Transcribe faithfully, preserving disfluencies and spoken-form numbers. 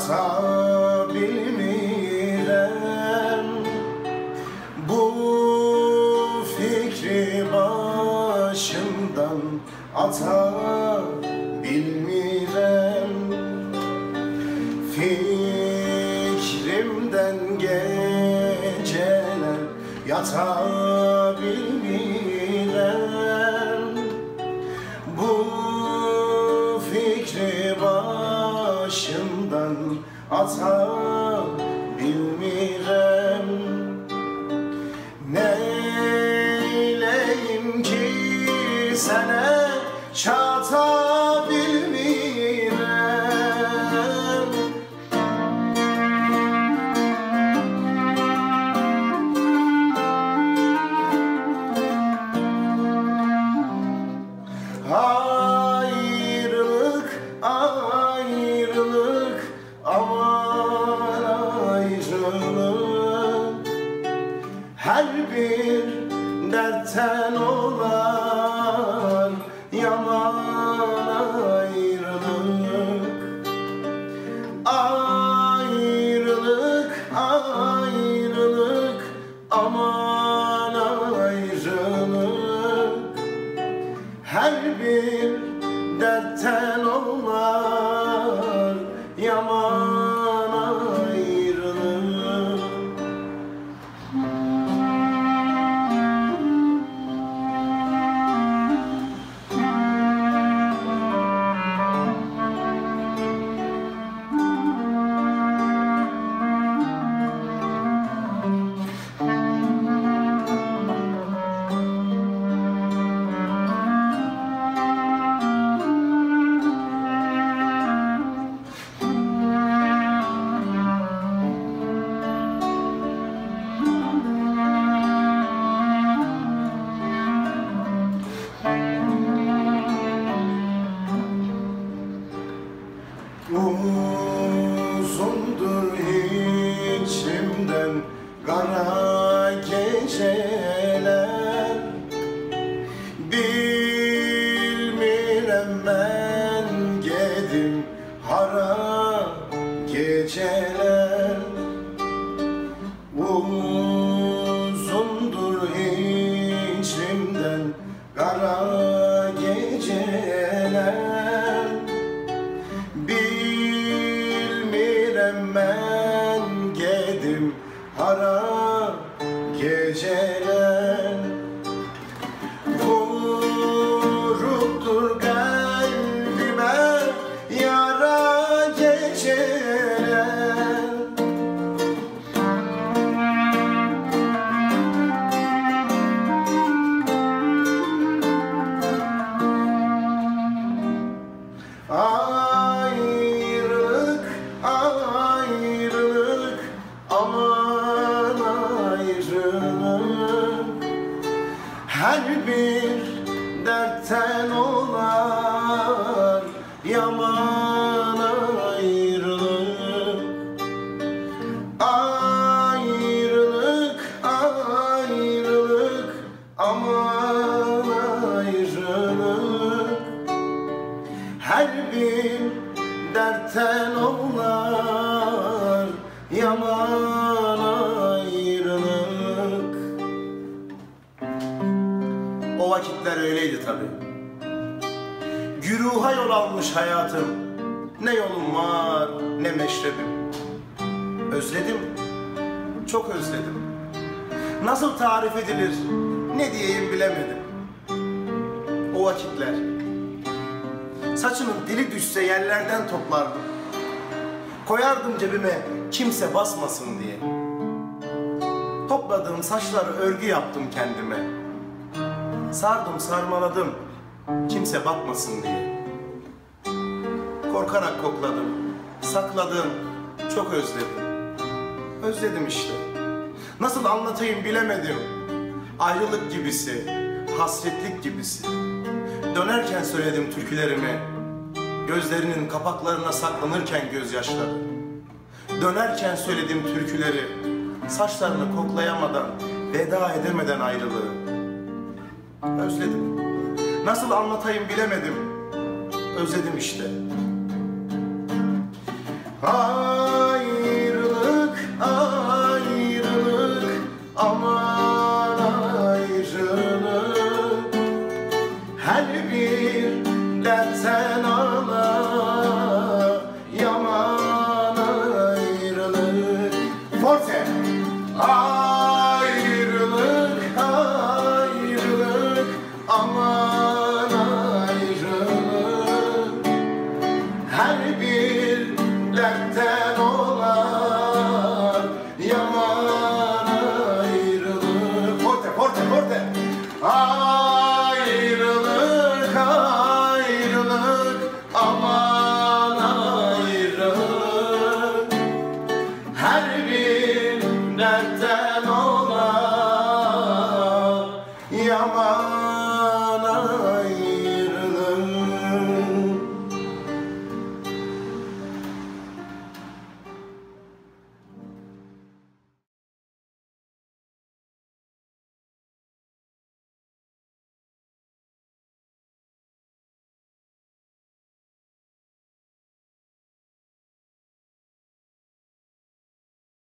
yata bilmirem. Bu fikri başımdan ata bilmirem. Fikrimden geceler yata bilmirem. Bu fikri başımdan ata bilmirem. Neyleyim ki sana çata bilmirem. Ayrılık, ayrılık, aman ayrılık. Her bir dertten olan yaman ayrılık. Ayrılık, ayrılık, aman ayrılık. Her bir dertten olan yaman ayrılık. Uzundur içimden kara geceler. Bilmirem ben gedim hara geceler. Uzundur içimden kara geceler. Bilmirem ben gedim hara geceler. Vuruptur kalbime yara geceler. Ayrılık, ayrılık, aman ayrılık. Her bir dertten olan yaman ayrılık. Ayrılık, ayrılık, aman ayrılık. Her bir dertten olan yaman ayrılık. O vakitler öyleydi tabii. Güruha yol almış hayatım. Ne yolum var ne meşrebim. Özledim, çok özledim. Nasıl tarif edilir ne diyeyim bilemedim. O vakitler saçının dili düşse yerlerden toplardım. Koyardım cebime kimse basmasın diye. Topladığım saçları örgü yaptım kendime. Sardım sarmaladım kimse bakmasın diye. Korkarak kokladım, sakladım, çok özledim. Özledim işte. Nasıl anlatayım bilemedim. Ayrılık gibisi, hasretlik gibisi. Dönerken söyledim türkülerimi. Gözlerinin kapaklarına saklanırken gözyaşları. Dönerken söyledim türküleri. Saçlarını koklayamadan, veda edemeden ayrılığı. Özledim. Nasıl anlatayım bilemedim. Özledim işte. Aa! ama